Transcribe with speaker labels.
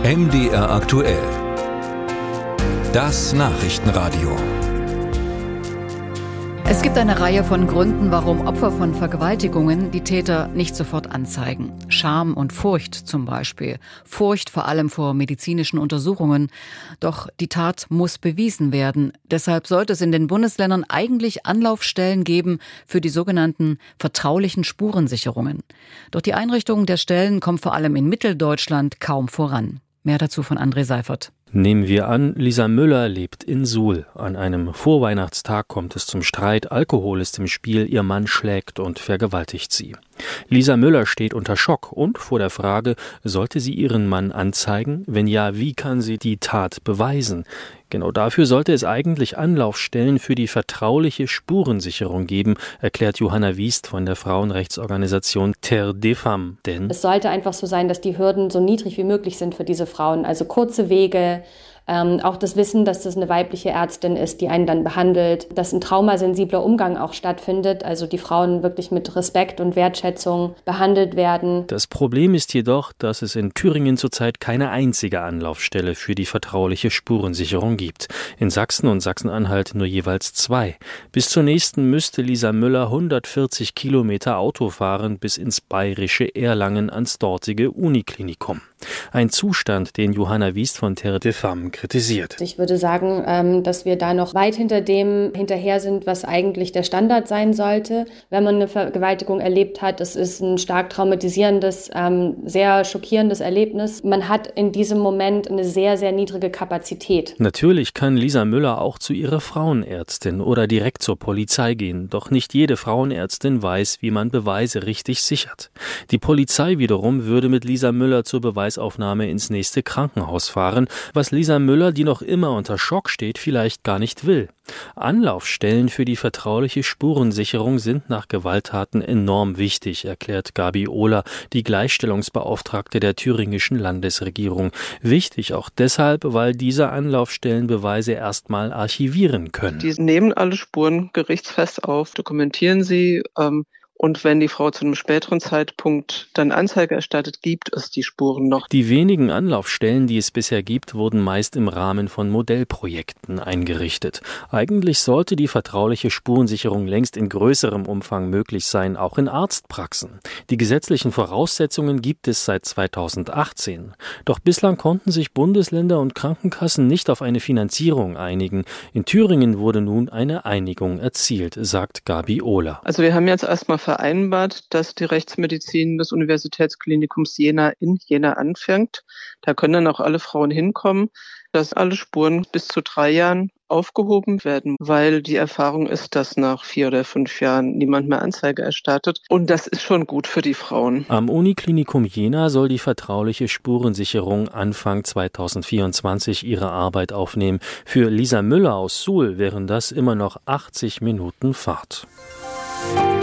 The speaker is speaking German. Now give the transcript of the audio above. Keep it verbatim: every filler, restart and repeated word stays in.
Speaker 1: M D R aktuell. Das Nachrichtenradio.
Speaker 2: Es gibt eine Reihe von Gründen, warum Opfer von Vergewaltigungen die Täter nicht sofort anzeigen. Scham und Furcht zum Beispiel. Furcht vor allem vor medizinischen Untersuchungen. Doch die Tat muss bewiesen werden. Deshalb sollte es in den Bundesländern eigentlich Anlaufstellen geben für die sogenannten vertraulichen Spurensicherungen. Doch die Einrichtung der Stellen kommt vor allem in Mitteldeutschland kaum voran. Mehr dazu von André Seifert.
Speaker 3: Nehmen wir an, Lisa Müller lebt in Suhl. An einem Vorweihnachtstag kommt es zum Streit, Alkohol ist im Spiel, ihr Mann schlägt und vergewaltigt sie. Lisa Müller steht unter Schock und vor der Frage, sollte sie ihren Mann anzeigen? Wenn ja, wie kann sie die Tat beweisen? Genau dafür sollte es eigentlich Anlaufstellen für die vertrauliche Spurensicherung geben, erklärt Johanna Wiest von der Frauenrechtsorganisation Terre des Femmes. Denn
Speaker 4: es sollte einfach so sein, dass die Hürden so niedrig wie möglich sind für diese Frauen. Also kurze Wege, ähm, auch das Wissen, dass das eine weibliche Ärztin ist, die einen dann behandelt, dass ein traumasensibler Umgang auch stattfindet, also die Frauen wirklich mit Respekt und Wertschätzung behandelt werden.
Speaker 3: Das Problem ist jedoch, dass es in Thüringen zurzeit keine einzige Anlaufstelle für die vertrauliche Spurensicherung gibt. In Sachsen und Sachsen-Anhalt nur jeweils zwei. Bis zur nächsten müsste Lisa Müller hundertvierzig Kilometer Auto fahren bis ins bayerische Erlangen ans dortige Uniklinikum. Ein Zustand, den Johanna Wiest von Terre des Femmes kritisiert.
Speaker 4: Ich würde sagen, dass wir da noch weit hinter dem hinterher sind, was eigentlich der Standard sein sollte, wenn man eine Vergewaltigung erlebt hat. Es ist ein stark traumatisierendes, sehr schockierendes Erlebnis. Man hat in diesem Moment eine sehr, sehr niedrige Kapazität.
Speaker 3: Natürlich kann Lisa Müller auch zu ihrer Frauenärztin oder direkt zur Polizei gehen. Doch nicht jede Frauenärztin weiß, wie man Beweise richtig sichert. Die Polizei wiederum würde mit Lisa Müller zur Beweisaufnahme ins nächste Krankenhaus fahren, was Lisa Müller, die noch immer unter Schock steht, vielleicht gar nicht will. Anlaufstellen für die vertrauliche Spurensicherung sind nach Gewalttaten enorm wichtig, erklärt Gabi Ohler, die Gleichstellungsbeauftragte der thüringischen Landesregierung. Wichtig auch deshalb, weil diese Anlaufstellen Beweise erstmal archivieren können.
Speaker 5: Die nehmen alle Spuren gerichtsfest auf, dokumentieren sie, ähm Und wenn die Frau zu einem späteren Zeitpunkt dann Anzeige erstattet, gibt es die Spuren noch.
Speaker 3: Die wenigen Anlaufstellen, die es bisher gibt, wurden meist im Rahmen von Modellprojekten eingerichtet. Eigentlich sollte die vertrauliche Spurensicherung längst in größerem Umfang möglich sein, auch in Arztpraxen. Die gesetzlichen Voraussetzungen gibt es seit zweitausendachtzehn. Doch bislang konnten sich Bundesländer und Krankenkassen nicht auf eine Finanzierung einigen. In Thüringen wurde nun eine Einigung erzielt, sagt Gabi Ohler.
Speaker 5: Also wir haben jetzt erstmal vereinbart, dass die Rechtsmedizin des Universitätsklinikums Jena in Jena anfängt. Da können dann auch alle Frauen hinkommen, dass alle Spuren bis zu drei Jahren aufgehoben werden, weil die Erfahrung ist, dass nach vier oder fünf Jahren niemand mehr Anzeige erstattet. Und das ist schon gut für die Frauen.
Speaker 3: Am Uniklinikum Jena soll die vertrauliche Spurensicherung Anfang zweitausendvierundzwanzig ihre Arbeit aufnehmen. Für Lisa Müller aus Suhl wären das immer noch achtzig Minuten Fahrt.